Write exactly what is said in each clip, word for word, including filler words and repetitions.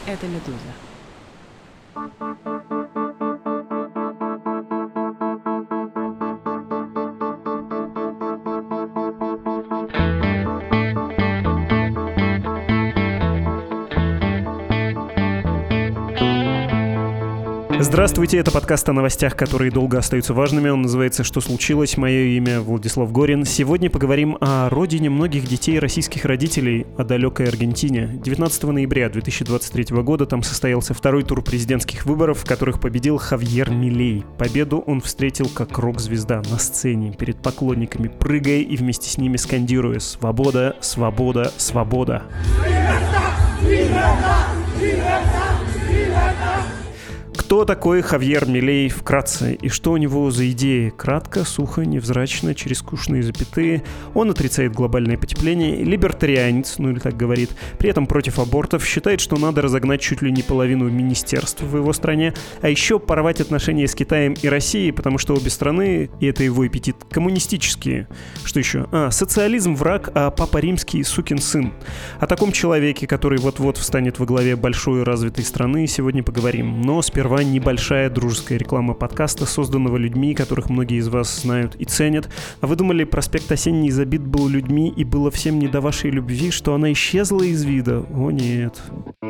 Это «Медуза». Здравствуйте, это подкаст о новостях, которые долго остаются важными. Он называется «Что случилось?». Мое имя Владислав Горин. Сегодня поговорим о родине многих детей российских родителей, о далекой Аргентине. девятнадцатого ноября две тысячи двадцать третьего года там состоялся второй тур президентских выборов, в которых победил Хавьер Милей. Победу он встретил как рок-звезда на сцене, перед поклонниками, прыгая и вместе с ними скандируя «Свобода, свобода, свобода». Кто такой Хавьер Милей вкратце и что у него за идеи? Кратко, сухо, невзрачно, через скучные запятые. Он отрицает глобальное потепление, либертарианец, ну или так говорит, при этом против абортов, считает, что надо разогнать чуть ли не половину министерств в его стране, а еще порвать отношения с Китаем и Россией, потому что обе страны, и это его аппетит, коммунистические. Что еще? А, социализм враг, а папа римский сукин сын. О таком человеке, который вот-вот встанет во главе большой развитой страны, сегодня поговорим. Но сперва небольшая дружеская реклама подкаста, созданного людьми, которых многие из вас знают и ценят. А вы думали, проспект Осенний забит был людьми и было всем не до вашей любви, что она исчезла из вида? О нет.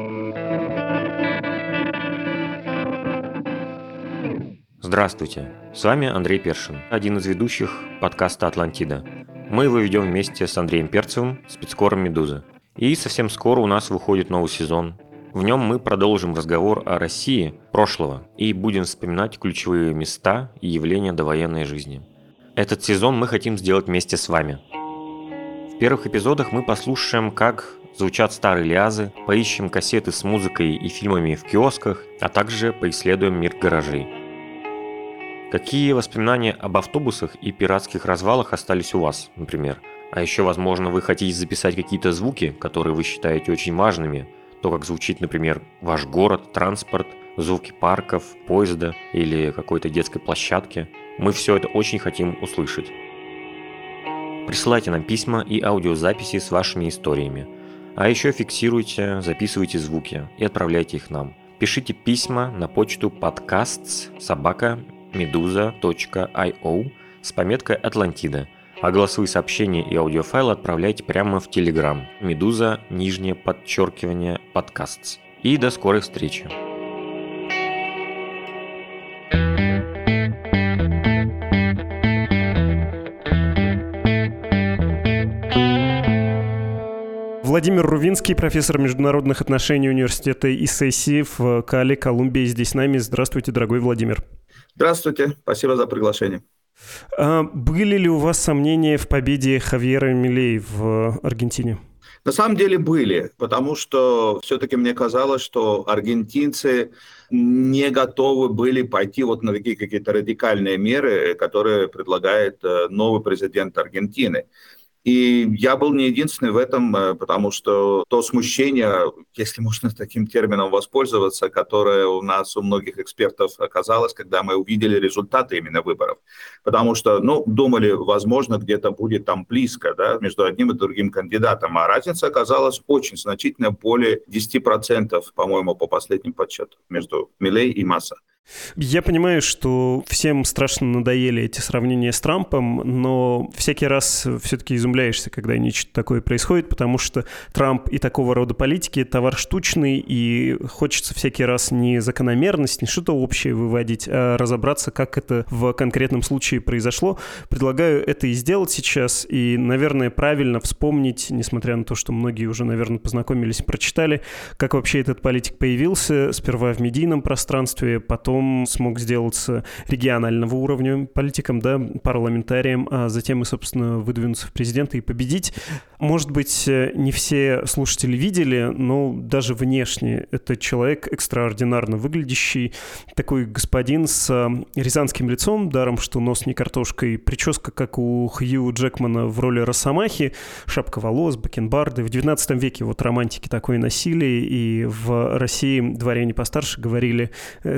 Здравствуйте, с вами Андрей Першин, один из ведущих подкаста «Атлантида». Мы его ведем вместе с Андреем Перцевым, спецкором «Медузы». И совсем скоро у нас выходит новый сезон. В нем мы продолжим разговор о России прошлого и будем вспоминать ключевые места и явления довоенной жизни. Этот сезон мы хотим сделать вместе с вами. В первых эпизодах мы послушаем, как звучат старые лиазы, поищем кассеты с музыкой и фильмами в киосках, а также поисследуем мир гаражей. Какие воспоминания об автобусах и пиратских развалах остались у вас, например? А еще, возможно, вы хотите записать какие-то звуки, которые вы считаете очень важными, то, как звучит, например, ваш город, транспорт, звуки парков, поезда или какой-то детской площадки. Мы все это очень хотим услышать. Присылайте нам письма и аудиозаписи с вашими историями. А еще фиксируйте, записывайте звуки и отправляйте их нам. Пишите письма на почту podcasts собака медуза точка ай о с пометкой «Атлантида». А голосовые сообщения и аудиофайлы отправляйте прямо в Telegram. Медуза, нижнее подчеркивание, подкастс. И до скорой встречи. Владимир Рувинский, профессор международных отношений университета ИСЭСИ в Кали, Колумбии, здесь с нами. Здравствуйте, дорогой Владимир. Здравствуйте, спасибо за приглашение. А были ли у вас сомнения в победе Хавьера Милей в Аргентине? На самом деле были, потому что все-таки мне казалось, что аргентинцы не готовы были пойти вот на такие какие-то радикальные меры, которые предлагает новый президент Аргентины. И я был не единственный в этом, потому что то смущение, если можно таким термином воспользоваться, которое у нас, у многих экспертов оказалось, когда мы увидели результаты именно выборов. Потому что, ну, думали, возможно, где-то будет там близко, да, между одним и другим кандидатом. А разница оказалась очень значительная, более десять процентов, по-моему, по последним подсчетам, между Милей и Масса. Я понимаю, что всем страшно надоели эти сравнения с Трампом, но всякий раз все-таки изумляешься, когда нечто такое происходит, потому что Трамп и такого рода политики — товар штучный, и хочется всякий раз не закономерность, не что-то общее выводить, а разобраться, как это в конкретном случае произошло. Предлагаю это и сделать сейчас, и, наверное, правильно вспомнить, несмотря на то, что многие уже, наверное, познакомились и прочитали, как вообще этот политик появился, сперва в медийном пространстве, потом смог сделаться регионального уровня политиком, да, парламентарием, а затем и, собственно, выдвинуться в президенты и победить. Может быть, не все слушатели видели, но даже внешне это человек экстраординарно выглядящий, такой господин с рязанским лицом, даром, что нос не картошкой, прическа, как у Хью Джекмана в роли Росомахи, шапка волос, бакенбарды. В девятнадцатом веке вот романтики такое носили, и в России дворяне постарше говорили: это у вас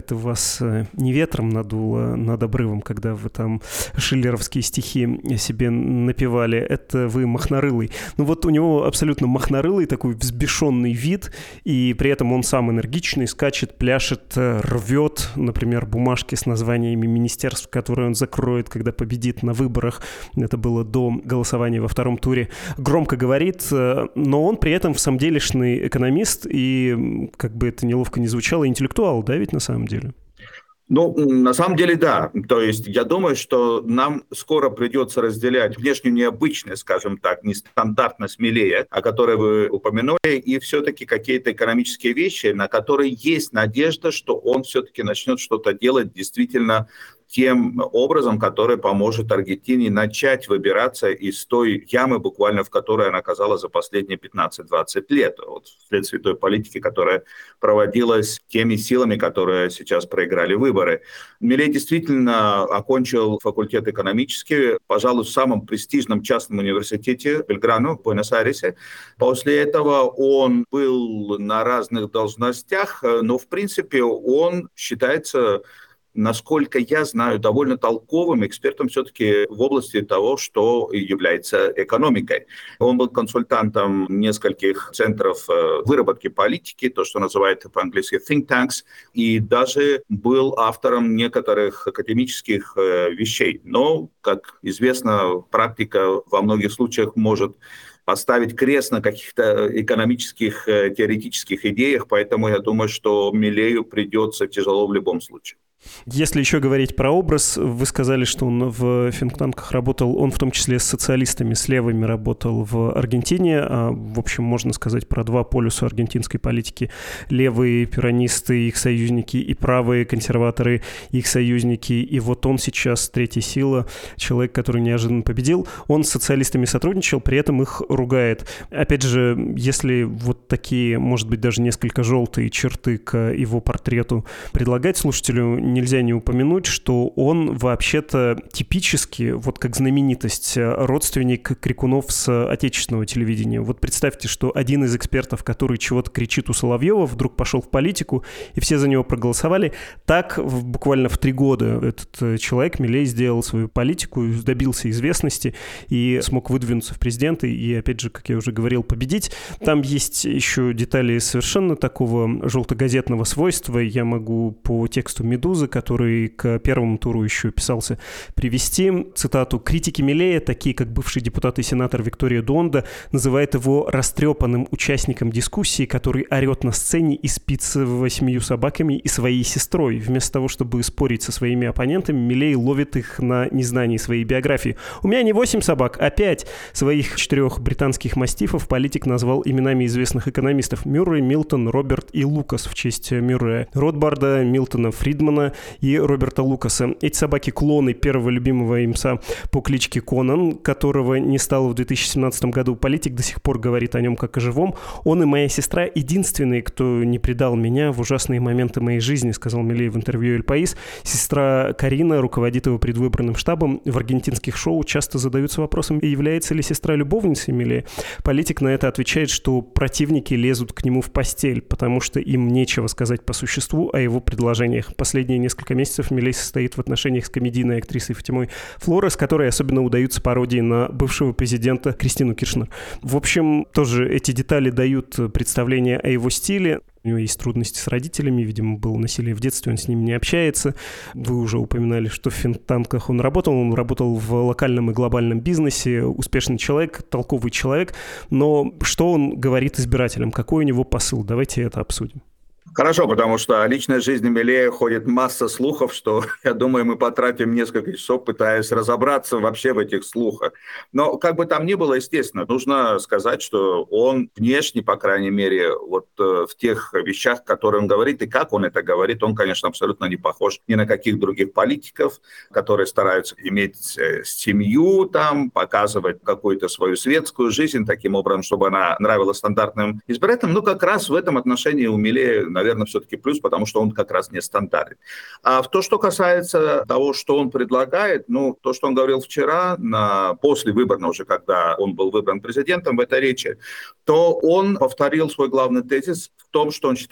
вас не ветром надуло над обрывом, когда вы там шиллеровские стихи себе напевали, это вы махнорылый. Ну вот у него абсолютно махнорылый такой взбешенный вид, и при этом он сам энергичный, скачет, пляшет, рвет, например, бумажки с названиями министерств, которые он закроет, когда победит на выборах. Это было до голосования во втором туре. Громко говорит, но он при этом в самом делешный экономист и, как бы это неловко не звучало, интеллектуал, да, ведь на самом деле? Ну, на самом деле, да. То есть я думаю, что нам скоро придется разделять внешнюю необычность, скажем так, нестандартность Милея, о которой вы упомянули, и все-таки какие-то экономические вещи, на которые есть надежда, что он все-таки начнет что-то делать действительно тем образом, который поможет Аргентине начать выбираться из той ямы, буквально в которой она оказалась за последние пятнадцать-двадцать лет, вот, вследствие той политики, которая проводилась теми силами, которые сейчас проиграли выборы. Милей действительно окончил факультет экономический, пожалуй, в самом престижном частном университете Бельграно в Буэнос-Айресе. После этого он был на разных должностях, но, в принципе, он считается, насколько я знаю, довольно толковым экспертом все-таки в области того, что является экономикой. Он был консультантом нескольких центров выработки политики, то, что называют по-английски think tanks, и даже был автором некоторых академических вещей. Но, как известно, практика во многих случаях может поставить крест на каких-то экономических, теоретических идеях, поэтому я думаю, что Милею придется тяжело в любом случае. Если еще говорить про образ, вы сказали, что он в финктанках работал, он в том числе с социалистами, с левыми работал в Аргентине. А, в общем, можно сказать про два полюса аргентинской политики. Левые пиранисты, их союзники, и правые консерваторы, их союзники. И вот он сейчас третья сила, человек, который неожиданно победил. Он с социалистами сотрудничал, при этом их ругает. Опять же, если вот такие, может быть, даже несколько желтые черты к его портрету предлагать слушателю, нельзя не упомянуть, что он вообще-то типически, вот как знаменитость, родственник крикунов с отечественного телевидения. Вот представьте, что один из экспертов, который чего-то кричит у Соловьева, вдруг пошел в политику, и все за него проголосовали. Так буквально в три года этот человек, Милей, сделал свою политику, добился известности и смог выдвинуться в президенты и, опять же, как я уже говорил, победить. Там есть еще детали совершенно такого желтогазетного свойства. Я могу по тексту «Медузы», который к первому туру еще писался, привести цитату. Критики Милея, такие как бывший депутат и сенатор Виктория Дуонда, называют его растрепанным участником дискуссии, который орет на сцене и спит с восьмию собаками и своей сестрой. Вместо того, чтобы спорить со своими оппонентами, Милей ловит их на незнании своей биографии. У меня не восемь собак, а пять. Своих четырех британских мастифов политик назвал именами известных экономистов: Мюррей, Милтон, Роберт и Лукас в честь Мюррея, Ротбарда, Милтона Фридмана и Роберта Лукаса. Эти собаки — клоны первого любимого им пса по кличке Конан, которого не стало в две тысячи семнадцатом году. Политик до сих пор говорит о нем как о живом. Он и моя сестра — единственные, кто не предал меня в ужасные моменты моей жизни, сказал Милей в интервью «Эль Паис». Сестра Карина руководит его предвыборным штабом. В аргентинских шоу часто задаются вопросом, является ли сестра любовницей Милея. Политик на это отвечает, что противники лезут к нему в постель, потому что им нечего сказать по существу о его предложениях. Последние несколько месяцев Милей состоит в отношениях с комедийной актрисой Фатимой Флорес, которой особенно удаются пародии на бывшего президента Кристину Киршнер. В общем, тоже эти детали дают представление о его стиле. У него есть трудности с родителями, видимо, было насилие в детстве, он с ними не общается. Вы уже упоминали, что в финктанках он работал. Он работал в локальном и глобальном бизнесе, успешный человек, толковый человек. Но что он говорит избирателям? Какой у него посыл? Давайте это обсудим. Хорошо, потому что о личной жизни Милея ходит масса слухов, что, я думаю, мы потратим несколько часов, пытаясь разобраться вообще в этих слухах. Но как бы там ни было, естественно, нужно сказать, что он внешне, по крайней мере, вот э, в тех вещах, которые он говорит, и как он это говорит, он, конечно, абсолютно не похож ни на каких других политиков, которые стараются иметь э, семью, там, показывать какую-то свою светскую жизнь, таким образом, чтобы она нравилась стандартным избирателям. Ну, как раз в этом отношении у Милея, наверное, все-таки плюс, потому что он как раз не стандартен. А в то, что касается того, что он предлагает, ну, то, что он говорил вчера, на, после выборного уже, когда он был выбран президентом в этой речи, то он повторил свой главный тезис в том, что он считает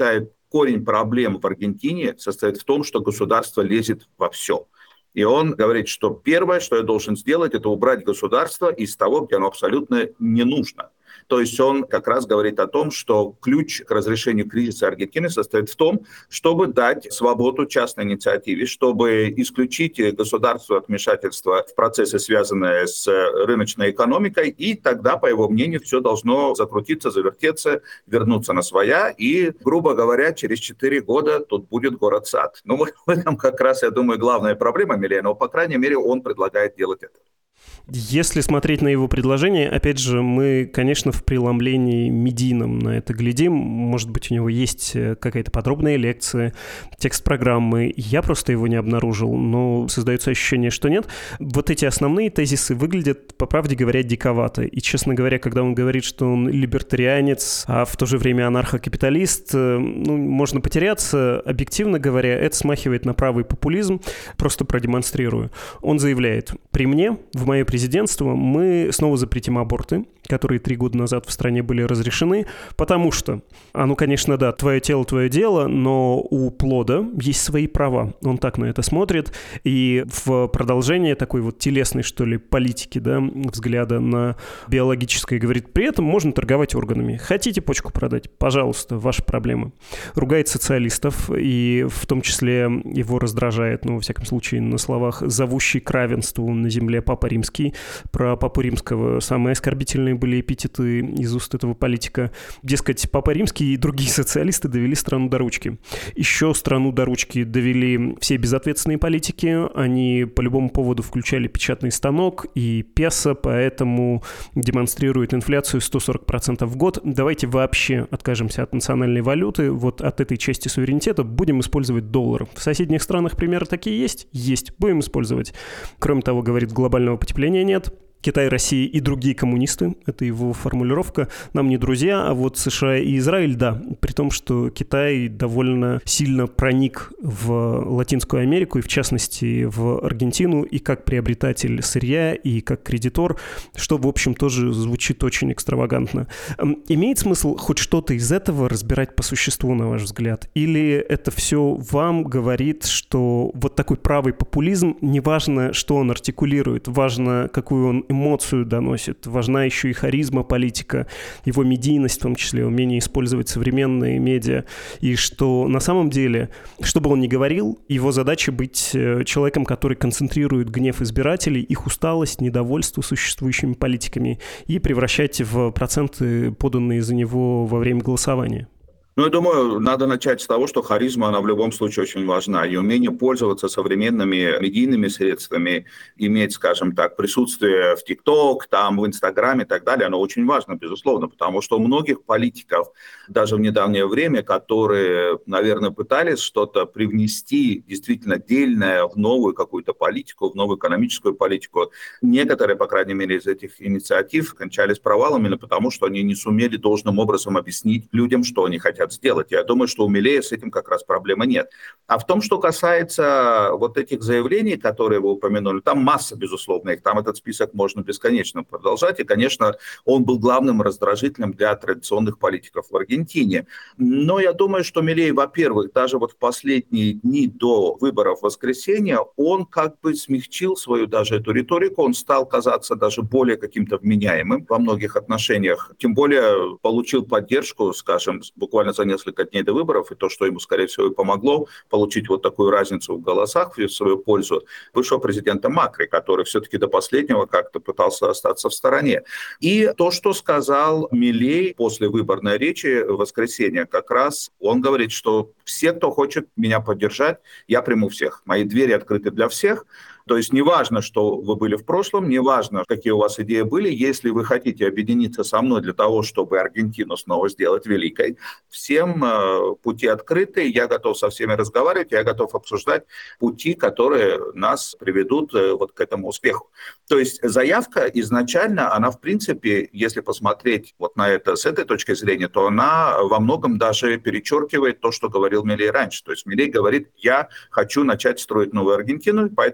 корень проблем в Аргентине состоит в том, что государство лезет во все. И он говорит, что первое, что я должен сделать, это убрать государство из того, где оно абсолютно не нужно. То есть он как раз говорит о том, что ключ к разрешению кризиса Аргентины состоит в том, чтобы дать свободу частной инициативе, чтобы исключить государство от вмешательства в процессы, связанные с рыночной экономикой, и тогда, по его мнению, все должно закрутиться, завертеться, вернуться на своя, и, грубо говоря, через четыре года тут будет город-сад. Ну, вот в этом как раз, я думаю, главная проблема Милея, но, по крайней мере, он предлагает делать это. Если смотреть на его предложение, опять же, мы, конечно, в преломлении медийном на это глядим. Может быть, у него есть какая-то подробная лекция, текст программы. Я просто его не обнаружил, но создается ощущение, что нет. Вот эти основные тезисы выглядят, по правде говоря, диковато. И, честно говоря, когда он говорит, что он либертарианец, а в то же время анархокапиталист, ну, можно потеряться. Объективно говоря, это смахивает на правый популизм. Просто продемонстрирую. Он заявляет: при мне, в мое президентство, мы снова запретим аборты, которые три года назад в стране были разрешены, потому что, а ну, конечно, да, твое тело, твое дело, но у плода есть свои права. Он так на это смотрит. И в продолжение такой вот телесной, что ли, политики, да, взгляда на биологическое, говорит, при этом можно торговать органами. Хотите почку продать? Пожалуйста, ваша проблема. Ругает социалистов, и в том числе его раздражает, ну, во всяком случае, на словах, зовущий к равенству на земле Папа Римский. Про Папу Римского самые оскорбительные были эпитеты из уст этого политика. Дескать, Папа Римский и другие социалисты довели страну до ручки. Еще страну до ручки довели все безответственные политики. Они по любому поводу включали печатный станок и песо, поэтому демонстрируют инфляцию сто сорок процентов в год. Давайте вообще откажемся от национальной валюты, вот от этой части суверенитета будем использовать доллар. В соседних странах примеры такие есть? Есть. Будем использовать. Кроме того, говорит, глобального потепления нет. Китай, Россия и другие коммунисты, это его формулировка, нам не друзья, а вот США и Израиль, да, при том, что Китай довольно сильно проник в Латинскую Америку и, в частности, в Аргентину и как приобретатель сырья, и как кредитор, что, в общем, тоже звучит очень экстравагантно. Имеет смысл хоть что-то из этого разбирать по существу, на ваш взгляд? Или это все вам говорит, что вот такой правый популизм, неважно, что он артикулирует, важно, какую он эмоцию доносит. Важна еще и харизма политика, его медийность, в том числе умение использовать современные медиа. И что на самом деле, что бы он ни говорил, его задача быть человеком, который концентрирует гнев избирателей, их усталость, недовольство существующими политиками и превращать в проценты, поданные за него во время голосования. Ну, я думаю, надо начать с того, что харизма, она в любом случае очень важна. И умение пользоваться современными медийными средствами, иметь, скажем так, присутствие в ТикТок, там, в Инстаграме и так далее, оно очень важно, безусловно, потому что у многих политиков, даже в недавнее время, которые, наверное, пытались что-то привнести действительно дельное в новую какую-то политику, в новую экономическую политику, некоторые, по крайней мере, из этих инициатив кончались провалом именно потому, что они не сумели должным образом объяснить людям, что они хотят сделать. Я думаю, что у Милея с этим как раз проблемы нет. А в том, что касается вот этих заявлений, которые вы упомянули, там масса, безусловно, их. Там этот список можно бесконечно продолжать. И, конечно, он был главным раздражителем для традиционных политиков в Аргентине. Но я думаю, что Милей, во-первых, даже вот в последние дни до выборов в воскресенье, он как бы смягчил свою даже эту риторику, он стал казаться даже более каким-то вменяемым во многих отношениях. Тем более получил поддержку, скажем, буквально за несколько дней до выборов, и то, что ему, скорее всего, и помогло получить вот такую разницу в голосах в свою пользу, бывшего президента Макри, который все-таки до последнего как-то пытался остаться в стороне. И то, что сказал Милей после выборной речи в воскресенье, как раз он говорит, что все, кто хочет меня поддержать, я приму всех. Мои двери открыты для всех. То есть неважно, что вы были в прошлом, неважно, какие у вас идеи были, если вы хотите объединиться со мной для того, чтобы Аргентину снова сделать великой, всем э, пути открыты, я готов со всеми разговаривать, я готов обсуждать пути, которые нас приведут э, вот к этому успеху. То есть заявка изначально, она в принципе, если посмотреть вот на это с этой точки зрения, то она во многом даже перечеркивает то, что говорил Милей раньше. То есть Милей говорит, я хочу начать строить новую Аргентину, поэтому мне нужно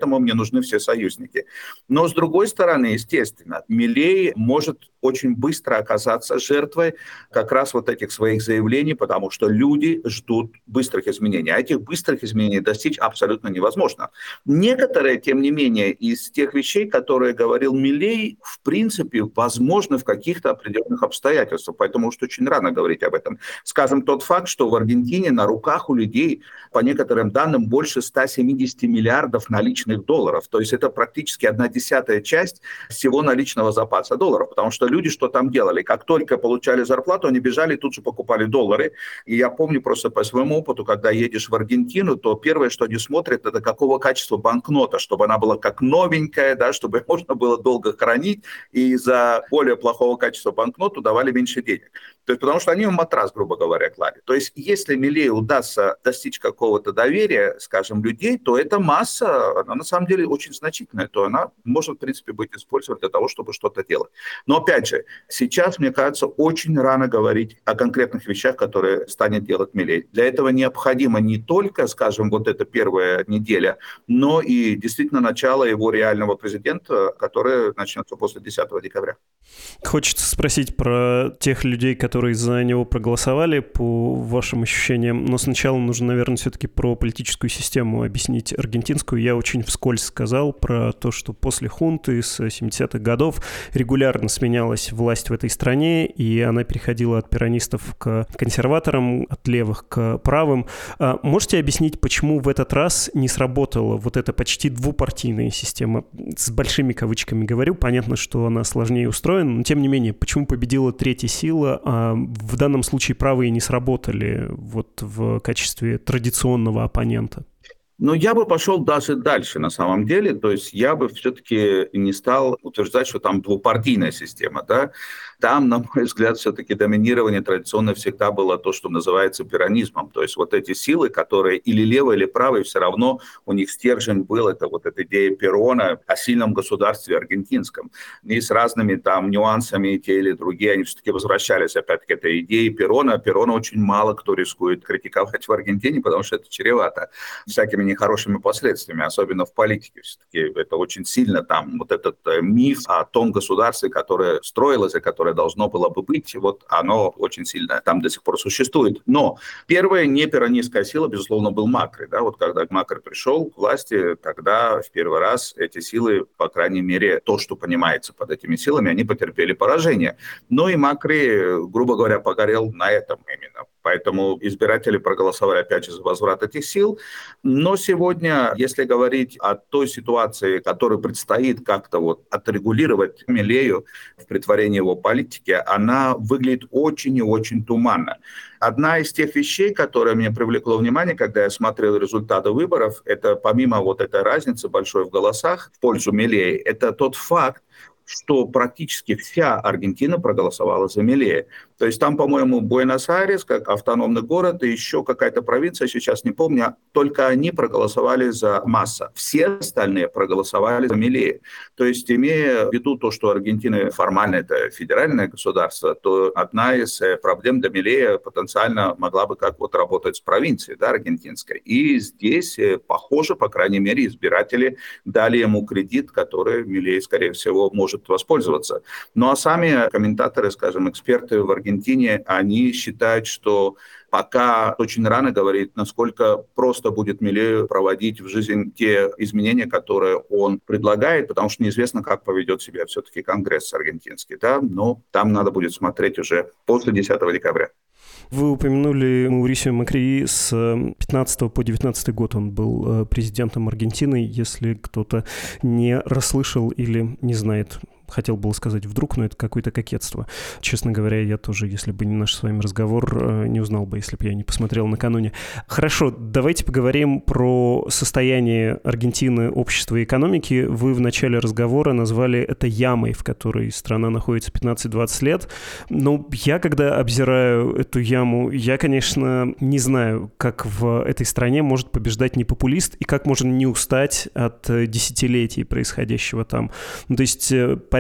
нужны все союзники. Но, с другой стороны, естественно, Милей может очень быстро оказаться жертвой как раз вот этих своих заявлений, потому что люди ждут быстрых изменений. А этих быстрых изменений достичь абсолютно невозможно. Некоторые, тем не менее, из тех вещей, которые говорил Милей, в принципе, возможны в каких-то определенных обстоятельствах. Поэтому уж очень рано говорить об этом. Скажем, тот факт, что в Аргентине на руках у людей, по некоторым данным, больше ста семидесяти миллиардов наличных долларов. То есть это практически одна десятая часть всего наличного запаса долларов. Потому что люди что там делали? Как только получали зарплату, они бежали и тут же покупали доллары. И я помню просто по своему опыту, когда едешь в Аргентину, то первое, что они смотрят, это какого качества банкнота, чтобы она была как новенькая, да, чтобы можно было долго хранить, и за более плохого качества банкноту давали меньше денег. То есть потому что они в матрас, грубо говоря, клали. То есть если Милею удастся достичь какого-то доверия, скажем, людей, то эта масса, она на самом деле очень значительная, то она может, в принципе, быть использована для того, чтобы что-то делать. Но опять же, сейчас, мне кажется, очень рано говорить о конкретных вещах, которые станет делать Милей. Для этого необходимо не только, скажем, вот эта первая неделя, но и действительно начало его реального президента, которое начнется после десятого декабря. Хочется спросить про тех людей, которые за него проголосовали, по вашим ощущениям, но сначала нужно, наверное, все-таки про политическую систему объяснить аргентинскую. Я очень вскользь сказал про то, что после хунты с семидесятых годов регулярно сменялась власть в этой стране, и она переходила от пиранистов к консерваторам, от левых к правым. А можете объяснить, почему в этот раз не сработала вот эта почти двупартийная система? С большими кавычками говорю, понятно, что она сложнее устроена, но тем не менее, почему победила третья сила, а в данном случае правые не сработали вот в качестве традиционного оппонента? Но я бы пошел даже дальше на самом деле, то есть я бы все-таки не стал утверждать, что там двупартийная система, да. Там, на мой взгляд, все-таки доминирование традиционно всегда было то, что называется пиранизмом. То есть вот эти силы, которые или левые, или правые, все равно у них стержень был, это вот эта идея Перона о сильном государстве аргентинском. И с разными там нюансами, те или другие, они все-таки возвращались опять к этой идее Перона. Перона очень мало кто рискует критиковать в Аргентине, потому что это чревато всякими нехорошими последствиями, особенно в политике. Все-таки это очень сильно там вот этот миф о том государстве, которое строилось и которое должно было бы быть, вот оно очень сильно там до сих пор существует. Но первая неперонистская сила, безусловно, был Макри. Да? Вот когда Макри пришел к власти, тогда в первый раз эти силы, по крайней мере, то, что понимается под этими силами, они потерпели поражение. Но и Макри, грубо говоря, погорел на этом именно. Поэтому избиратели проголосовали опять же за возврат этих сил. Но сегодня, если говорить о той ситуации, которая предстоит как-то вот отрегулировать Милею в претворении его политики, она выглядит очень и очень туманно. Одна из тех вещей, которая меня привлекла внимание, когда я смотрел результаты выборов, это помимо вот этой разницы большой в голосах в пользу Милея, это тот факт, что практически вся Аргентина проголосовала за Милея. То есть там, по-моему, Буэнос-Айрес, как автономный город, и еще какая-то провинция, сейчас не помню, только они проголосовали за Масса. Все остальные проголосовали за Милея. То есть, имея в виду то, что Аргентина формально это федеральное государство, то одна из проблем для Милея потенциально могла бы как вот работать с провинцией, да, аргентинской. И здесь, похоже, по крайней мере, избиратели дали ему кредит, который Милей, скорее всего, может воспользоваться. Ну а сами комментаторы, скажем, эксперты в Аргентине, они считают, что пока очень рано говорить, насколько просто будет Милею проводить в жизнь те изменения, которые он предлагает, потому что неизвестно, как поведет себя все-таки Конгресс аргентинский. Да? Но там надо будет смотреть уже после десятого декабря. Вы упомянули Маурисио Макри. С пятнадцатого по девятнадцатый год он был президентом Аргентины. Если кто-то не расслышал или не знает, хотел было сказать вдруг, но это какое-то кокетство. Честно говоря, я тоже, если бы не наш с вами разговор, не узнал бы, если бы я не посмотрел накануне. Хорошо, давайте поговорим про состояние Аргентины, общества и экономики. Вы в начале разговора назвали это ямой, в которой страна находится пятнадцать-двадцать лет. Но я, когда обзираю эту яму, я, конечно, не знаю, как в этой стране может побеждать не популист и как можно не устать от десятилетий происходящего там. Ну, то есть порядка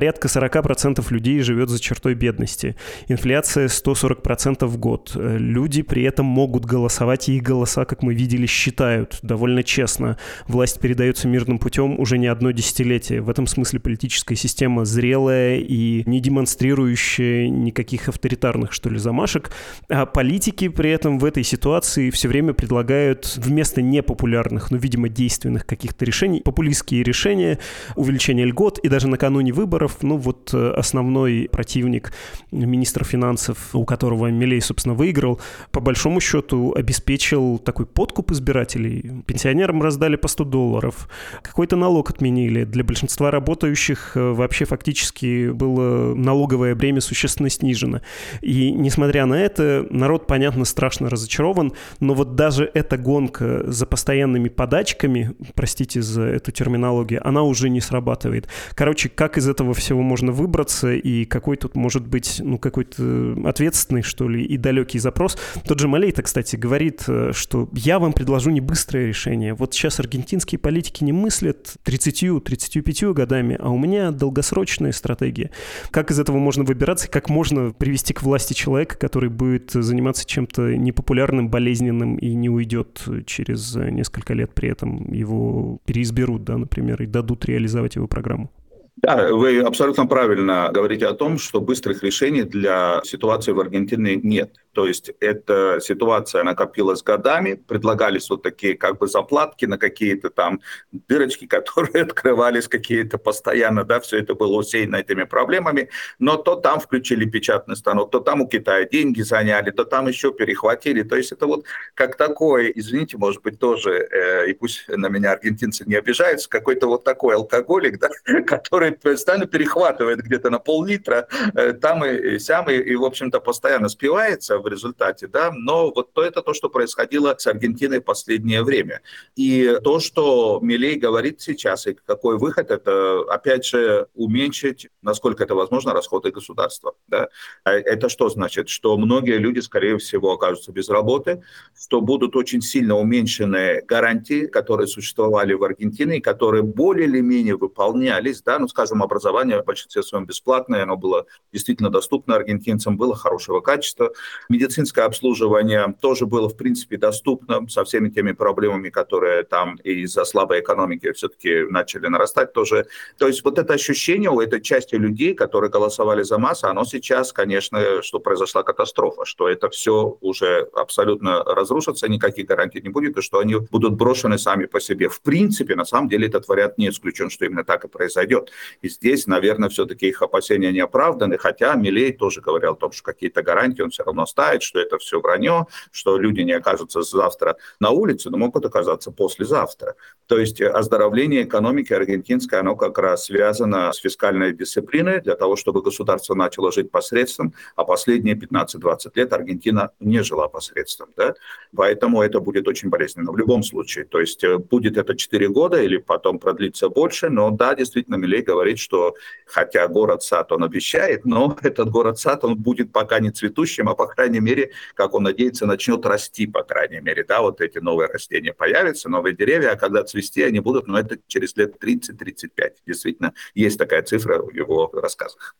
порядка сорок процентов людей живет за чертой бедности. Инфляция сто сорок процентов в год. Люди при этом могут голосовать, и их голоса, как мы видели, считают довольно честно. Власть передается мирным путем уже не одно десятилетие. В этом смысле политическая система зрелая и не демонстрирующая никаких авторитарных, что ли, замашек. А политики при этом в этой ситуации все время предлагают вместо непопулярных, но, видимо, действенных каких-то решений, популистские решения, увеличение льгот, и даже накануне выборов, ну вот основной противник министра финансов, у которого Милей, собственно, выиграл, по большому счету обеспечил такой подкуп избирателей. Пенсионерам раздали по сто долларов, какой-то налог отменили. Для большинства работающих вообще фактически было налоговое бремя существенно снижено. И несмотря на это, народ, понятно, страшно разочарован, но вот даже эта гонка за постоянными подачками, простите за эту терминологию, она уже не срабатывает. Короче, как из этого всего можно выбраться и какой тут может быть, ну, какой-то ответственный, что ли, и далекий запрос. Тот же Малей-то, кстати, говорит, что я вам предложу не быстрое решение. Вот сейчас аргентинские политики не мыслят тридцатью-тридцатью пятью годами, а у меня долгосрочная стратегия. Как из этого можно выбираться, как можно привести к власти человека, который будет заниматься чем-то непопулярным, болезненным и не уйдет через несколько лет, при этом его переизберут, да, например, и дадут реализовать его программу. Да, вы абсолютно правильно говорите о том, что быстрых решений для ситуации в Аргентине нет. То есть эта ситуация накопилась годами, предлагались вот такие как бы заплатки на какие-то там дырочки, которые открывались какие-то постоянно, да, все это было усеяно этими проблемами, но то там включили печатный станок, то там у Китая деньги заняли, то там еще перехватили. То есть это вот как такое, извините, может быть, тоже, э, и пусть на меня аргентинцы не обижаются, какой-то вот такой алкоголик, да, который постоянно перехватывает где-то на пол-литра, э, там и сям, и, и, в общем-то, постоянно спивается в результате, да, но вот то это то, что происходило с Аргентиной в последнее время. И то, что Милей говорит сейчас, и какой выход, это, опять же, уменьшить, насколько это возможно, расходы государства, да. Это что значит? Что многие люди, скорее всего, окажутся без работы, что будут очень сильно уменьшены гарантии, которые существовали в Аргентине, и которые более или менее выполнялись, да, ну, скажем, образование в большинстве своем бесплатное, оно было действительно доступно аргентинцам, было хорошего качества. Медицинское обслуживание тоже было, в принципе, доступно со всеми теми проблемами, которые там из-за слабой экономики все-таки начали нарастать тоже. То есть вот это ощущение у этой части людей, которые голосовали за массу, оно сейчас, конечно, что произошла катастрофа, что это все уже абсолютно разрушится, никаких гарантий не будет, и что они будут брошены сами по себе. В принципе, на самом деле, этот вариант не исключен, что именно так и произойдет. И здесь, наверное, все-таки их опасения не оправданы, хотя Милей тоже говорил о том, что какие-то гарантии он все равно ставит, что это все вранье, что люди не окажутся завтра на улице, но могут оказаться послезавтра. То есть оздоровление экономики аргентинской, оно как раз связано с фискальной дисциплиной для того, чтобы государство начало жить посредством, а последние пятнадцать-двадцать лет Аргентина не жила посредством. Да? Поэтому это будет очень болезненно в любом случае. То есть будет это четыре года или потом продлится больше, но да, действительно, Милей говорит, что хотя город-сад он обещает, но этот город-сад, он будет пока не цветущим, а по крайней мере, как он надеется, начнет расти, по крайней мере, да, вот эти новые растения появятся, новые деревья, а когда цвести они будут, ну, это через лет тридцать-тридцать пять. Действительно, есть такая цифра в его рассказах.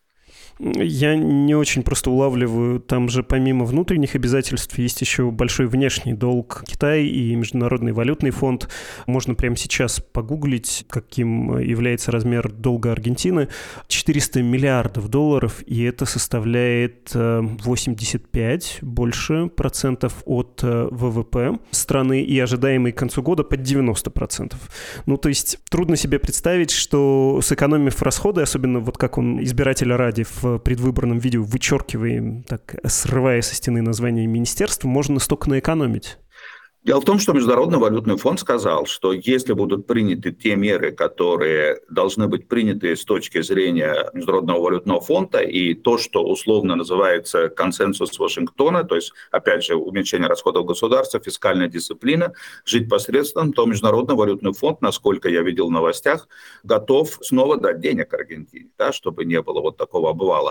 Я не очень просто улавливаю, там же помимо внутренних обязательств есть еще большой внешний долг Китая и Международный валютный фонд. Можно прямо сейчас погуглить, каким является размер долга Аргентины. четыреста миллиардов долларов, и это составляет восемьдесят пять больше процентов от ВВП страны, и ожидаемый к концу года под девяносто процентов. Ну, то есть трудно себе представить, что сэкономив расходы, особенно вот как он избирателя ради в в предвыборном видео вычеркиваем, так, срывая со стены название министерства, можно столько наэкономить. Дело в том, что Международный валютный фонд сказал, что если будут приняты те меры, которые должны быть приняты с точки зрения Международного валютного фонда, и то, что условно называется консенсус Вашингтона, то есть, опять же, уменьшение расходов государства, фискальная дисциплина, жить посредством, то Международный валютный фонд, насколько я видел в новостях, готов снова дать денег Аргентине, да, чтобы не было вот такого обвала.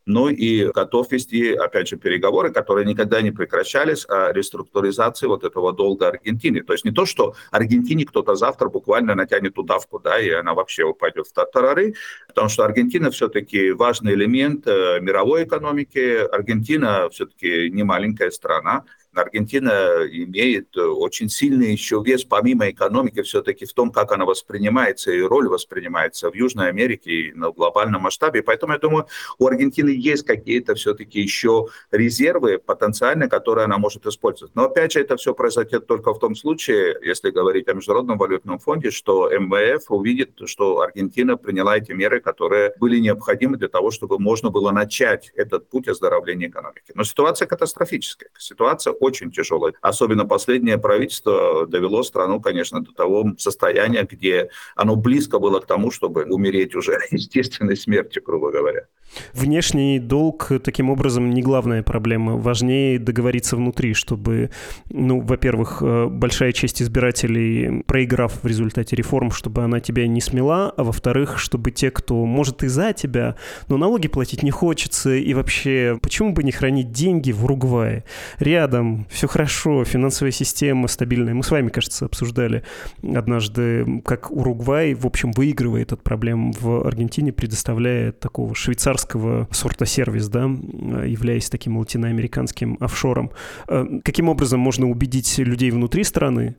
но и готов вести, опять же, переговоры, которые никогда не прекращались, о реструктуризации вот этого долга Аргентины. То есть не то, что Аргентине кто-то завтра буквально натянет удавку, да, и она вообще упадет в тартарары, потому что Аргентина все-таки важный элемент мировой экономики. Аргентина все-таки не маленькая страна. Аргентина имеет очень сильный еще вес, помимо экономики, все-таки в том, как она воспринимается и роль воспринимается в Южной Америке и на глобальном масштабе. Поэтому, я думаю, у Аргентины есть какие-то все-таки еще резервы потенциальные, которые она может использовать. Но, опять же, это все произойдет только в том случае, если говорить о Международном валютном фонде, что эм вэ эф увидит, что Аргентина приняла эти меры, которые были необходимы для того, чтобы можно было начать этот путь оздоровления экономики. Но ситуация катастрофическая. Ситуация очень тяжелая. Особенно последнее правительство довело страну, конечно, до того состояния, где оно близко было к тому, чтобы умереть уже естественной смертью, грубо говоря. Внешний долг, таким образом, не главная проблема. Важнее договориться внутри, чтобы, ну, во-первых, большая часть избирателей, проиграв в результате реформ, чтобы она тебя не смела, а во-вторых, чтобы те, кто может и за тебя, но налоги платить не хочется, и вообще, почему бы не хранить деньги в Уругвае? Рядом, все хорошо, финансовая система стабильная. Мы с вами, кажется, обсуждали однажды, как Уругвай, в общем, выигрывает от проблем в Аргентине, предоставляя такого швейцарского сорта сервис, да, являясь таким латиноамериканским офшором. Каким образом можно убедить людей внутри страны,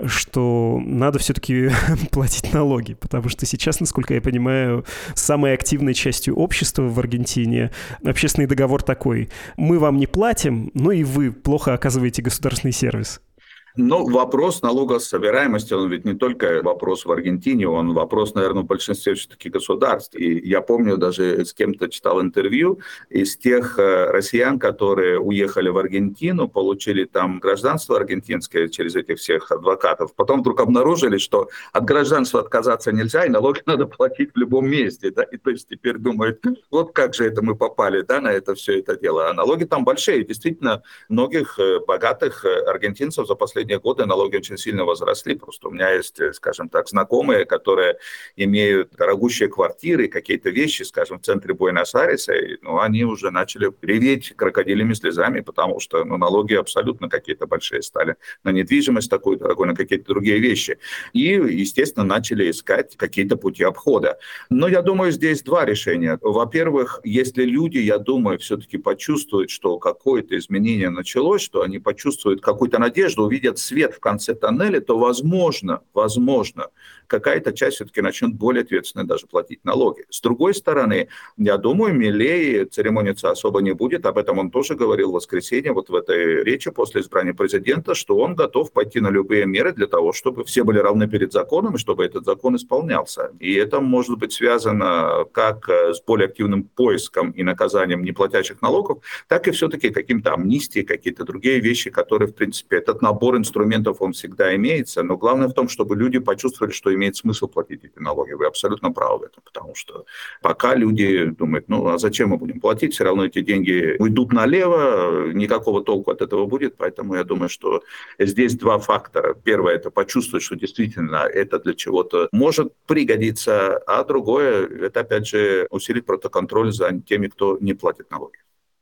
что надо все-таки платить налоги? Потому что сейчас, насколько я понимаю, самой активной частью общества в Аргентине общественный договор такой: мы вам не платим, но и вы плохо оказываете государственный сервис. Но вопрос налогособираемости, он ведь не только вопрос в Аргентине, он вопрос, наверное, в большинстве все-таки государств. И я помню, даже с кем-то читал интервью из тех россиян, которые уехали в Аргентину, получили там гражданство аргентинское через этих всех адвокатов. Потом вдруг обнаружили, что от гражданства отказаться нельзя, и налоги надо платить в любом месте. Да? И то есть теперь думают, вот как же это мы попали, да, на это все это дело. А налоги там большие. Действительно, многих богатых аргентинцев за последние Последние годы налоги очень сильно возросли. Просто у меня есть, скажем так, знакомые, которые имеют дорогущие квартиры, какие-то вещи, скажем, в центре Буэнос-Айреса, и, ну, они уже начали реветь крокодилями слезами, потому что, ну, налоги абсолютно какие-то большие стали на недвижимость такую дорогую, на какие-то другие вещи. И, естественно, начали искать какие-то пути обхода. Но я думаю, здесь два решения. Во-первых, если люди, я думаю, все-таки почувствуют, что какое-то изменение началось, что они почувствуют какую-то надежду, увидят свет в конце тоннеля, то, возможно, возможно, какая-то часть все-таки начнет более ответственно даже платить налоги. С другой стороны, я думаю, Милей церемониться особо не будет. Об этом он тоже говорил в воскресенье, вот в этой речи после избрания президента, что он готов пойти на любые меры для того, чтобы все были равны перед законом и чтобы этот закон исполнялся. И это может быть связано как с более активным поиском и наказанием неплатящих налогов, так и все-таки каким-то амнистией, какие-то другие вещи, которые, в принципе, этот набор инструментов, он всегда имеется. Но главное в том, чтобы люди почувствовали, что имеет смысл платить эти налоги. Вы абсолютно правы в этом, потому что пока люди думают, ну а зачем мы будем платить, все равно эти деньги уйдут налево, никакого толку от этого будет, поэтому я думаю, что здесь два фактора. Первое – это почувствовать, что действительно это для чего-то может пригодиться, а другое – это, опять же, усилить протоконтроль за теми, кто не платит налоги.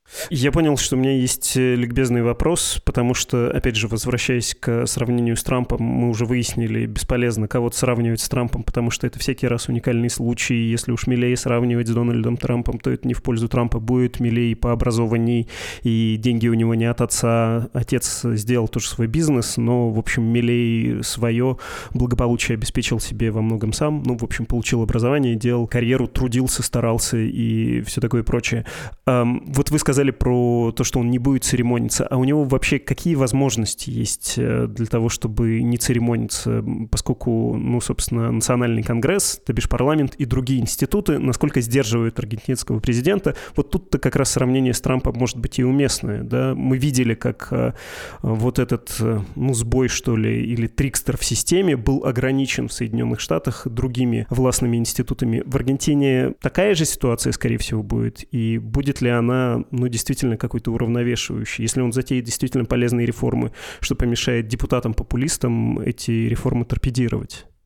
Я понял, что у меня есть ликбезный вопрос, потому что, опять же, возвращаясь к сравнению с Трампом, мы уже выяснили, бесполезно кого-то сравнивать с Трампом, потому что это всякий раз уникальный случай. Если уж Милей сравнивать с Дональдом Трампом, то это не в пользу Трампа будет. Милей пообразованней, и деньги у него не от отца. Отец сделал тоже свой бизнес, но, в общем, Милей свое благополучие обеспечил себе во многом сам. Ну, в общем, получил образование, делал карьеру, трудился, старался и все такое прочее. Вот вы сказали про то, что он не будет церемониться, а у него вообще какие возможности есть для того, чтобы не церемониться, поскольку, ну, собственно, Национальный конгресс, то бишь парламент и другие институты, насколько сдерживают аргентинского президента. Вот тут-то как раз сравнение с Трампом может быть и уместное, да. Мы видели, как а, вот этот, ну, сбой, что ли, или трикстер в системе был ограничен в Соединенных Штатах другими властными институтами. В Аргентине такая же ситуация, скорее всего, будет, и будет ли она, ну, действительно какой-то уравновешивающий. Если он затеет действительно полезные реформы, что помешает депутатам-популистам эти реформы торпедировать?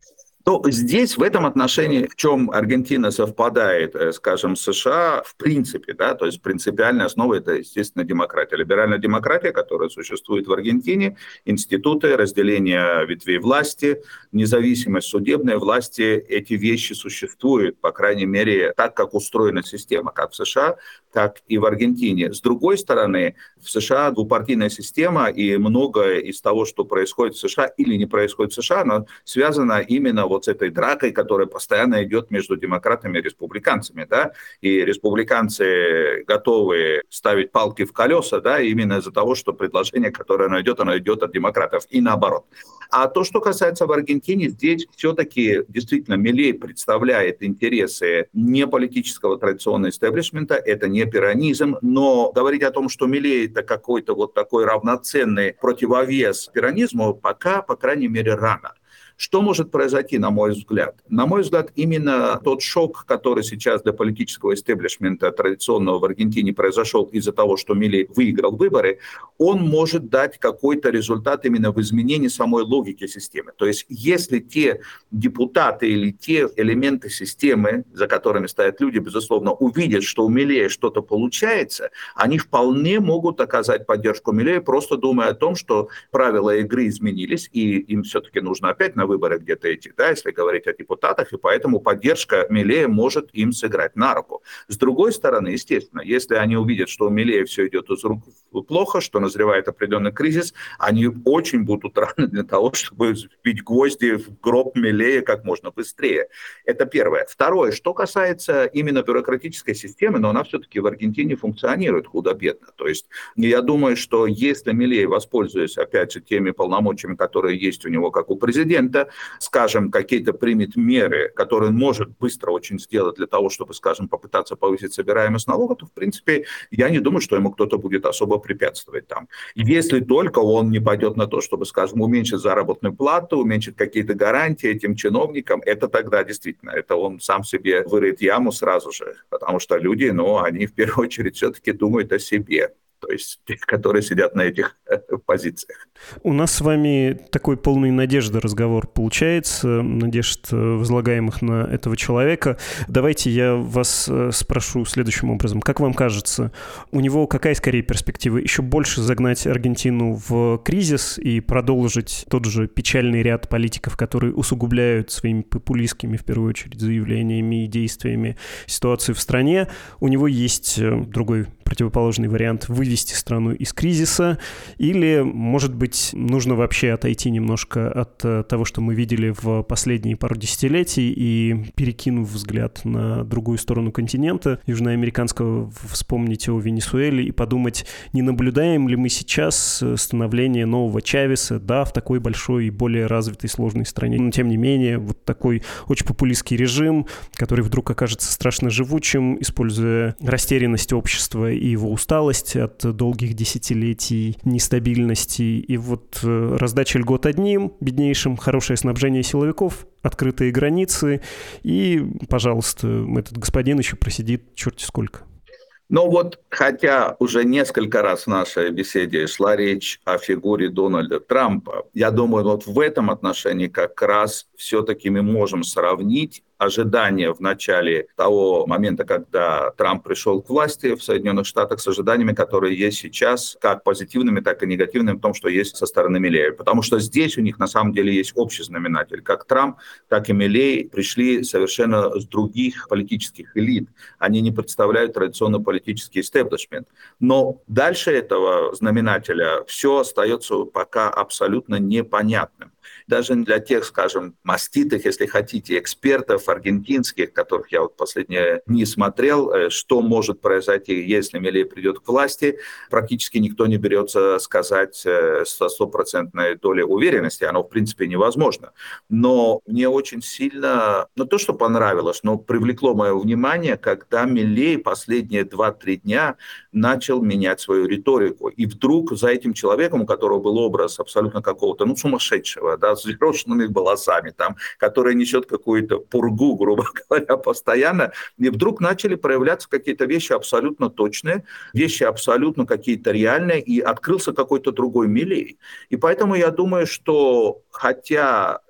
То здесь, в этом отношении, в чем Аргентина совпадает, скажем, с США, в принципе, да, то есть принципиальная основа – это, естественно, демократия. Либеральная демократия, которая существует в Аргентине, институты, разделение ветвей власти, независимость судебной власти, эти вещи существуют, по крайней мере, так, как устроена система, как в США, так и в Аргентине. С другой стороны, в США двупартийная система, и многое из того, что происходит в США или не происходит в США, оно связано именно вот с этой дракой, которая постоянно идет между демократами и республиканцами, да, и республиканцы готовы ставить палки в колеса, да, именно из-за того, что предложение, которое оно идет, оно идет от демократов, и наоборот. А то, что касается в Аргентине, здесь все-таки действительно Милей представляет интересы не политического традиционного истеблишмента, это не пиранизм, но говорить о том, что Милей это какой-то вот такой равноценный противовес пиранизму, пока, по крайней мере, рано. Что может произойти, на мой взгляд? На мой взгляд, именно тот шок, который сейчас для политического истеблишмента традиционного в Аргентине произошел из-за того, что Милей выиграл выборы, он может дать какой-то результат именно в изменении самой логики системы. То есть если те депутаты или те элементы системы, за которыми стоят люди, безусловно, увидят, что у Милея что-то получается, они вполне могут оказать поддержку Милею, просто думая о том, что правила игры изменились, и им все-таки нужно опять на выборы где-то идти, да, если говорить о депутатах, и поэтому поддержка Милея может им сыграть на руку. С другой стороны, естественно, если они увидят, что у Милея все идет из рук плохо, что назревает определенный кризис, они очень будут раны для того, чтобы вбить гвозди в гроб Милея как можно быстрее. Это первое. Второе, что касается именно бюрократической системы, но она все-таки в Аргентине функционирует худо-бедно. То есть я думаю, что если Милей, воспользуясь, опять же, теми полномочиями, которые есть у него как у президента, скажем, какие-то примет меры, которые он может быстро очень сделать для того, чтобы, скажем, попытаться повысить собираемость налога, то, в принципе, я не думаю, что ему кто-то будет особо препятствовать там. Если только он не пойдет на то, чтобы, скажем, уменьшить заработную плату, уменьшить какие-то гарантии этим чиновникам, это тогда действительно, это он сам себе вырыет яму сразу же, потому что люди, ну, они в первую очередь все-таки думают о себе. То есть те, которые сидят на этих позициях. У нас с вами такой полный надежды разговор получается, надежд, возлагаемых на этого человека. Давайте я вас спрошу следующим образом. Как вам кажется, у него какая скорее перспектива? Еще больше загнать Аргентину в кризис и продолжить тот же печальный ряд политиков, которые усугубляют своими популистскими, в первую очередь, заявлениями и действиями ситуацию в стране? У него есть другой противоположный вариант — вывести страну из кризиса, или, может быть, нужно вообще отойти немножко от того, что мы видели в последние пару десятилетий, и, перекинув взгляд на другую сторону континента южноамериканского, вспомнить о Венесуэле и подумать, не наблюдаем ли мы сейчас становление нового Чавеса, да, в такой большой и более развитой сложной стране. Но, тем не менее, вот такой очень популистский режим, который вдруг окажется страшно живучим, используя растерянность общества и его усталость от долгих десятилетий нестабильности. И вот раздача льгот одним, беднейшим, хорошее снабжение силовиков, открытые границы, и, пожалуйста, этот господин еще просидит черти сколько. Но вот, хотя уже несколько раз в нашей беседе шла речь о фигуре Дональда Трампа, я думаю, вот в этом отношении как раз все-таки мы можем сравнить ожидания в начале того момента, когда Трамп пришел к власти в Соединенных Штатах, с ожиданиями, которые есть сейчас, как позитивными, так и негативными, в том, что есть со стороны Милея. Потому что здесь у них на самом деле есть общий знаменатель. Как Трамп, так и Милей пришли совершенно с других политических элит. Они не представляют традиционный политический истеблишмент. Но дальше этого знаменателя все остается пока абсолютно непонятным. Даже для тех, скажем, маститых, если хотите, экспертов аргентинских, которых я вот последние дни смотрел, что может произойти, если Милей придет к власти, практически никто не берется сказать со стопроцентной долей уверенности. Оно, в принципе, невозможно. Но мне очень сильно, ну, то, что понравилось, но привлекло мое внимание, когда Милей последние два-три дня начал менять свою риторику. И вдруг за этим человеком, у которого был образ абсолютно какого-то, ну, сумасшедшего, да, с взъерошенными волосами, там, который несет какую-то пургу, грубо говоря, постоянно, и вдруг начали проявляться какие-то вещи абсолютно точные, вещи абсолютно какие-то реальные, и открылся какой-то другой Милей. И поэтому я думаю, что хотя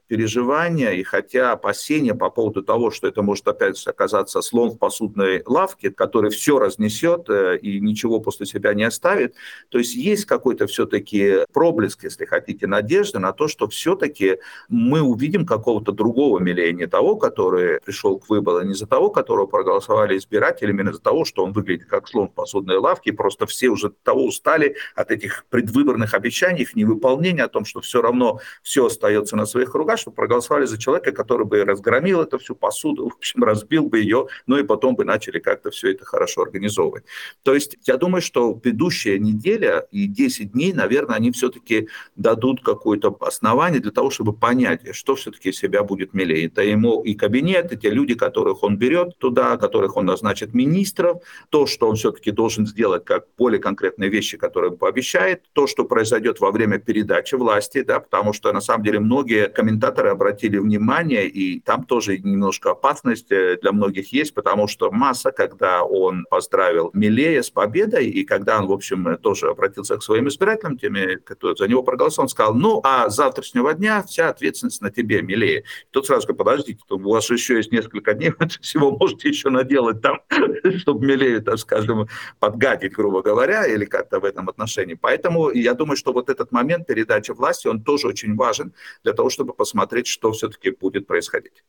переживания и хотя опасения по поводу того, что это может опять оказаться слон в посудной лавке, который все разнесет и ничего после себя не оставит, то есть есть какой-то все-таки проблеск, если хотите, надежды на то, что все-таки мы увидим какого-то другого Милея, не того, который пришел к выбору, не за того, которого проголосовали избиратели, именно из-за того, что он выглядит как слон в посудной лавке, и просто все уже того устали от этих предвыборных обещаний, их невыполнения, о том, что все равно все остается на своих руках, что проголосовали за человека, который бы разгромил эту всю посуду, в общем, разбил бы ее, ну и потом бы начали как-то все это хорошо организовывать. То есть я думаю, что предыдущая неделя и десять дней, наверное, они все-таки дадут какое-то основание для того, чтобы понять, что все-таки из себя будет Милей. Это ему и кабинет, и те люди, которых он берет туда, которых он назначит министров, то, что он все-таки должен сделать как более конкретные вещи, которые он пообещает, то, что произойдет во время передачи власти, да, потому что на самом деле многие комментаторы обратили внимание, и там тоже немножко опасность для многих есть, потому что Масса, когда он поздравил Милея с победой, и когда он, в общем, тоже обратился к своим избирателям, теми, которые за него проголосовали, он сказал, ну, а с завтрашнего дня вся ответственность на тебе, Милея. Тут сразу говорю, подождите, у вас еще есть несколько дней, вы всего можете еще наделать там, чтобы Милею, так скажем, подгадить, грубо говоря, или как-то в этом отношении. Поэтому я думаю, что вот этот момент передачи власти, он тоже очень важен для того, чтобы посмотреть, что все-таки будет происходить.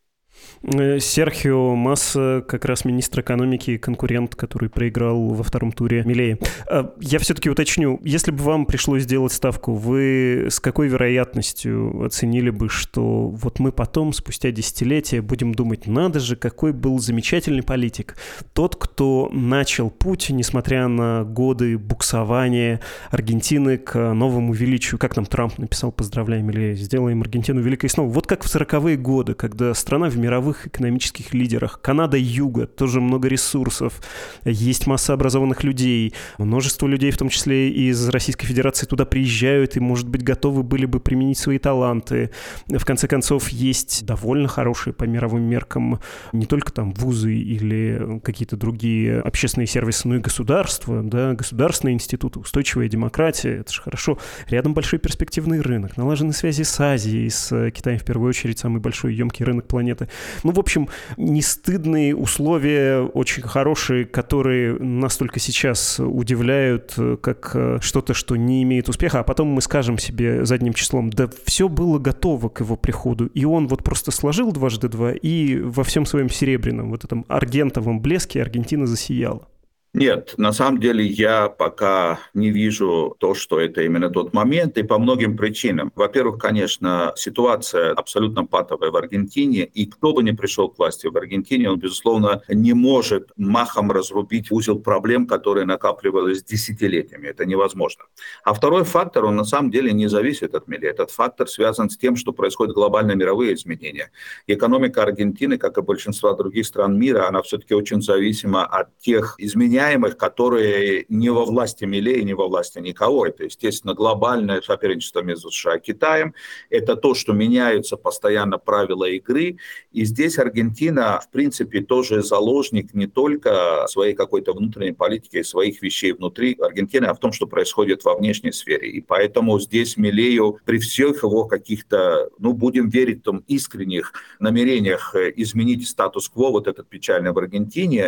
Серхио Масса, как раз министр экономики, конкурент, который проиграл во втором туре Милея. Я все-таки уточню, если бы вам пришлось сделать ставку, вы с какой вероятностью оценили бы, что вот мы потом, спустя десятилетия, будем думать, надо же, какой был замечательный политик. Тот, кто начал путь, несмотря на годы буксования Аргентины к новому величию. Как нам Трамп написал, поздравляем, Милея, сделаем Аргентину великой снова. Вот как в сороковые годы, когда страна в мировых экономических лидерах. Канада Юга, тоже много ресурсов, есть масса образованных людей, множество людей, в том числе из Российской Федерации, туда приезжают и, может быть, готовы были бы применить свои таланты. В конце концов, есть довольно хорошие по мировым меркам не только там вузы или какие-то другие общественные сервисы, но и государства, да, государственные институты, устойчивая демократия, это же хорошо. Рядом большой перспективный рынок, налажены связи с Азией, с Китаем в первую очередь, самый большой и емкий рынок планеты. Ну, в общем, не стыдные условия, очень хорошие, которые нас только сейчас удивляют, как что-то, что не имеет успеха, а потом мы скажем себе задним числом, да все было готово к его приходу, и он вот просто сложил дважды два, и во всем своем серебряном, вот этом аргентовом блеске Аргентина засияла. Нет, на самом деле я пока не вижу то, что это именно тот момент, и по многим причинам. Во-первых, конечно, ситуация абсолютно патовая в Аргентине, и кто бы ни пришел к власти в Аргентине, он, безусловно, не может махом разрубить узел проблем, которые накапливались десятилетиями. Это невозможно. А второй фактор, он на самом деле не зависит от Милея. Этот фактор связан с тем, что происходят глобальные мировые изменения. Экономика Аргентины, как и большинства других стран мира, она все-таки очень зависима от тех изменений, которые не во власти Милея, не во власти никого. Это, естественно, глобальное соперничество между США и Китаем. Это то, что меняются постоянно правила игры. И здесь Аргентина, в принципе, тоже заложник не только своей какой-то внутренней политики, своих вещей внутри Аргентины, а в том, что происходит во внешней сфере. И поэтому здесь Милею при всех его каких-то, ну, будем верить, там, искренних намерениях изменить статус-кво, вот этот печальный в Аргентине,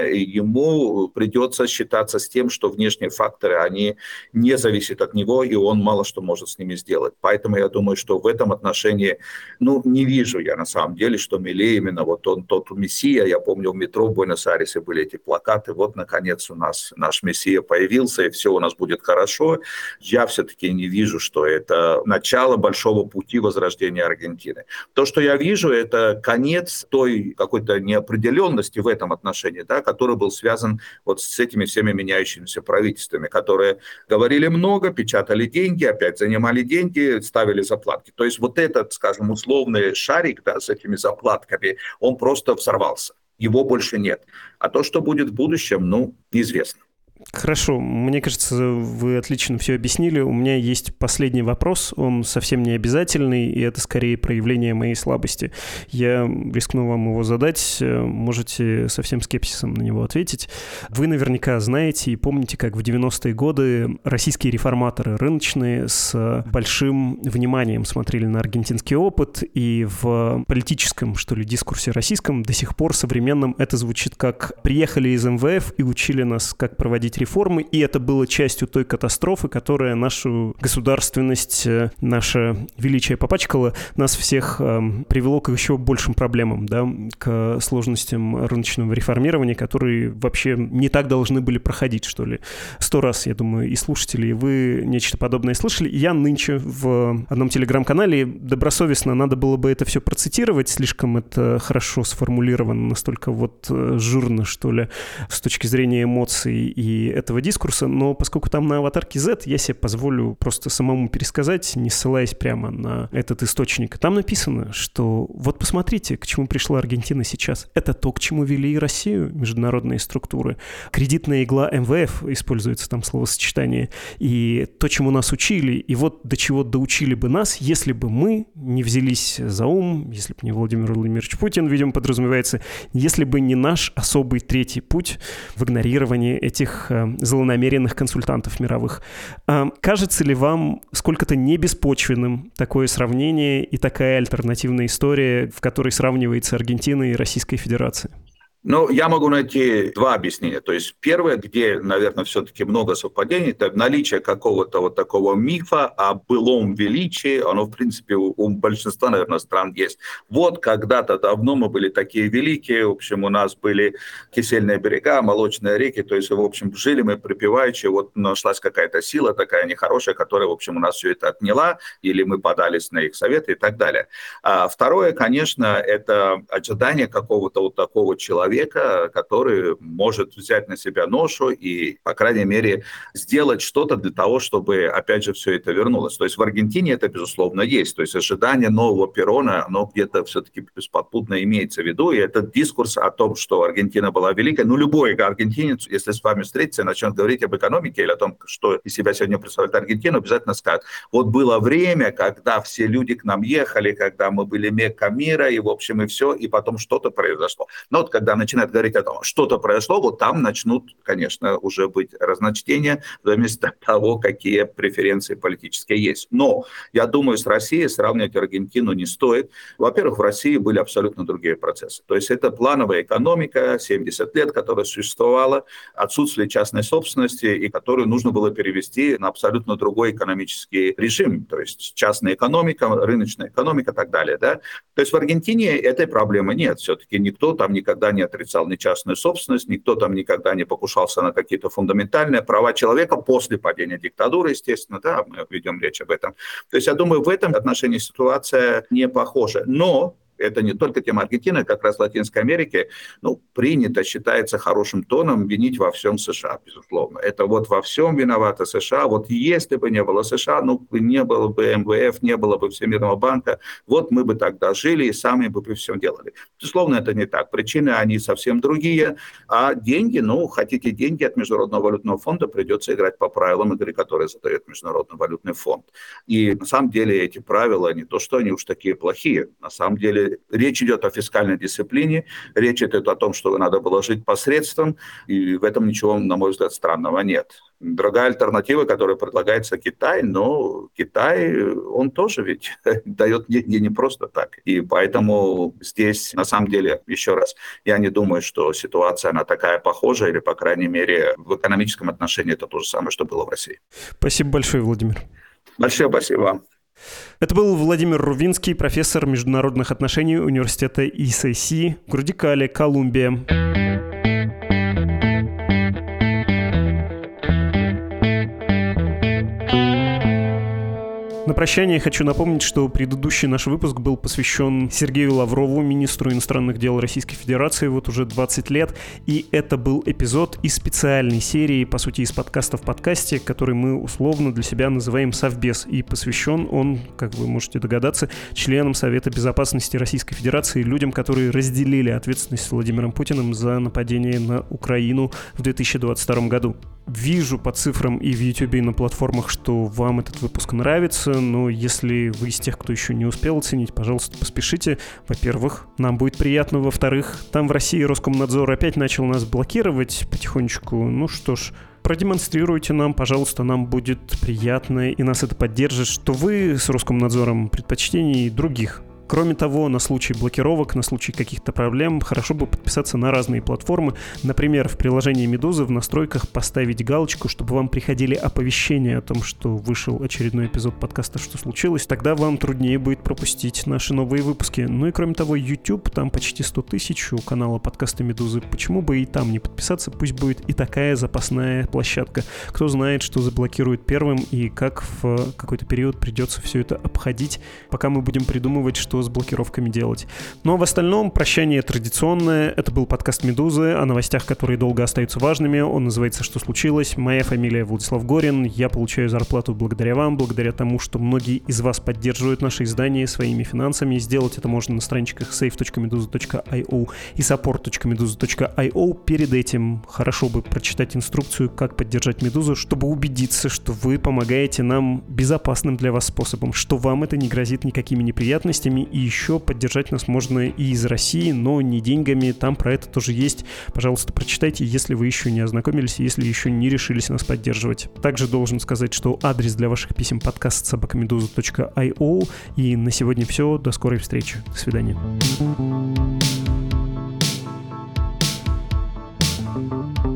ему придется считаться с тем, что внешние факторы, они не зависят от него, и он мало что может с ними сделать. Поэтому я думаю, что в этом отношении, ну, не вижу я на самом деле, что Милей именно вот он тот мессия. Я помню, в метро в Буэнос-Айресе были эти плакаты, вот, наконец, у нас наш мессия появился, и все у нас будет хорошо. Я все-таки не вижу, что это начало большого пути возрождения Аргентины. То, что я вижу, это конец той какой-то неопределенности в этом отношении, да, который был связан вот с этими всеми меняющимися правительствами, которые говорили много, печатали деньги, опять занимали деньги, ставили заплатки. То есть вот этот, скажем, условный шарик, да, с этими заплатками, он просто взорвался. Его больше нет. А то, что будет в будущем, ну, неизвестно. Хорошо, мне кажется, вы отлично все объяснили. У меня есть последний вопрос, он совсем не обязательный, и это скорее проявление моей слабости. Я рискну вам его задать, можете со всем скепсисом на него ответить. Вы наверняка знаете и помните, как в девяностые годы российские реформаторы рыночные с большим вниманием смотрели на аргентинский опыт, и в политическом, что ли, дискурсе российском до сих пор современном это звучит как «приехали из эм вэ эф и учили нас, как проводить реформы», и это было частью той катастрофы, которая нашу государственность, наше величие попачкала, нас всех э, привело к еще большим проблемам, да, к сложностям рыночного реформирования, которые вообще не так должны были проходить, что ли. Сто раз, я думаю, и слушатели, и вы нечто подобное слышали. Я нынче в одном телеграм-канале добросовестно, надо было бы это все процитировать, слишком это хорошо сформулировано, настолько вот жирно, что ли, с точки зрения эмоций и этого дискурса, но поскольку там на аватарке Z, я себе позволю просто самому пересказать, не ссылаясь прямо на этот источник. Там написано, что вот посмотрите, к чему пришла Аргентина сейчас. Это то, к чему вели и Россию международные структуры. Кредитная игла эм вэ эф, используется там словосочетание, и то, чему нас учили, и вот до чего доучили бы нас, если бы мы не взялись за ум, если бы не Владимир Владимирович Путин, видимо, подразумевается, если бы не наш особый третий путь в игнорировании этих э, злонамеренных консультантов мировых. А кажется ли вам сколько-то небеспочвенным такое сравнение и такая альтернативная история, в которой сравнивается Аргентина и Российская Федерация? Ну, я могу найти два объяснения. То есть первое, где, наверное, все-таки много совпадений, это наличие какого-то вот такого мифа о былом величии. Оно, в принципе, у, у большинства, наверное, стран есть. Вот когда-то давно мы были такие великие, в общем, у нас были кисельные берега, молочные реки, то есть, в общем, жили мы припеваючи, вот нашлась какая-то сила такая нехорошая, которая, в общем, у нас все это отняла, или мы подались на их советы и так далее. А второе, конечно, это ожидание какого-то вот такого человека, который может взять на себя ношу и, по крайней мере, сделать что-то для того, чтобы, опять же, все это вернулось. То есть в Аргентине это, безусловно, есть. То есть ожидание нового Перона, оно где-то все-таки бесподпутно имеется в виду. И этот дискурс о том, что Аргентина была великой, ну, любой аргентинец, если с вами встретится и начнет говорить об экономике или о том, что из себя сегодня представляет Аргентину, обязательно скажет: вот было время, когда все люди к нам ехали, когда мы были мекка мира, и, в общем, и все, и потом что-то произошло. Но вот когда начинают говорить о том, что-то произошло, вот там начнут, конечно, уже быть разночтения в зависимости от того, какие преференции политические есть. Но я думаю, с Россией сравнивать Аргентину не стоит. Во-первых, в России были абсолютно другие процессы. То есть это плановая экономика, семьдесят лет, которая существовала, отсутствие частной собственности, и которую нужно было перевести на абсолютно другой экономический режим. То есть частная экономика, рыночная экономика и так далее. Да? То есть в Аргентине этой проблемы нет. Все-таки никто там никогда не отрицал ни частную собственность, никто там никогда не покушался на какие-то фундаментальные права человека после падения диктатуры, естественно, да, мы ведем речь об этом. То есть я думаю, в этом отношении ситуация не похожа. Но это не только тема Аргентины, как раз Латинской Америки, ну, принято, считается хорошим тоном винить во всем США, безусловно. Это вот во всем виноваты США. Вот если бы не было США, ну, не было бы эм вэ эф, не было бы Всемирного банка, вот мы бы тогда жили и сами бы все делали. Безусловно, это не так. Причины, они совсем другие. А деньги, ну, хотите деньги от Международного валютного фонда, придется играть по правилам игры, которые задает Международный валютный фонд. И на самом деле эти правила, не то, что они уж такие плохие, на самом деле речь идет о фискальной дисциплине, речь идет о том, что надо было жить посредством, и в этом ничего, на мой взгляд, странного нет. Другая альтернатива, которая предлагается Китай, но Китай, он тоже ведь дает деньги не просто так. И поэтому здесь, на самом деле, еще раз, я не думаю, что ситуация, она такая похожая, или, по крайней мере, в экономическом отношении это то же самое, что было в России. Спасибо большое, Владимир. Большое спасибо вам. Это был Владимир Рувинский, профессор международных отношений университета и эс ай си, Гурдикале, Колумбия. На прощание хочу напомнить, что предыдущий наш выпуск был посвящен Сергею Лаврову, министру иностранных дел Российской Федерации, вот уже двадцать лет, и это был эпизод из специальной серии, по сути, из подкаста в подкасте, который мы условно для себя называем «Совбез», и посвящен он, как вы можете догадаться, членам Совета Безопасности Российской Федерации, людям, которые разделили ответственность с Владимиром Путиным за нападение на Украину в две тысячи двадцать втором году. Вижу по цифрам и в Ютубе, и на платформах, что вам этот выпуск нравится, но если вы из тех, кто еще не успел оценить, пожалуйста, поспешите. Во-первых, нам будет приятно. Во-вторых, там в России Роскомнадзор опять начал нас блокировать потихонечку. Ну что ж, продемонстрируйте нам, пожалуйста, нам будет приятно, и нас это поддержит, что вы с Роскомнадзором предпочтений других. Кроме того, на случай блокировок, на случай каких-то проблем, хорошо бы подписаться на разные платформы. Например, в приложении «Медузы» в настройках поставить галочку, чтобы вам приходили оповещения о том, что вышел очередной эпизод подкаста «Что случилось?». Тогда вам труднее будет пропустить наши новые выпуски. Ну и кроме того, YouTube, там почти сто тысяч у канала подкаста «Медузы». Почему бы и там не подписаться? Пусть будет и такая запасная площадка. Кто знает, что заблокирует первым и как в какой-то период придется все это обходить, пока мы будем придумывать, что с блокировками делать. Но в остальном прощание традиционное. Это был подкаст «Медузы» о новостях, которые долго остаются важными. Он называется «Что случилось?». Моя фамилия Владислав Горин. Я получаю зарплату благодаря вам, благодаря тому, что многие из вас поддерживают наше издание своими финансами. Сделать это можно на страничках сейв точка медуза точка ай о и саппорт точка медуза точка ай о. Перед этим хорошо бы прочитать инструкцию, как поддержать «Медузу», чтобы убедиться, что вы помогаете нам безопасным для вас способом, что вам это не грозит никакими неприятностями. И еще поддержать нас можно и из России, но не деньгами, там про это тоже есть. Пожалуйста, прочитайте, если вы еще не ознакомились, если еще не решились нас поддерживать. Также должен сказать, что адрес для ваших писем — подкаст собака медуза точка ай о. И на сегодня все. До скорой встречи. До свидания. Thank you.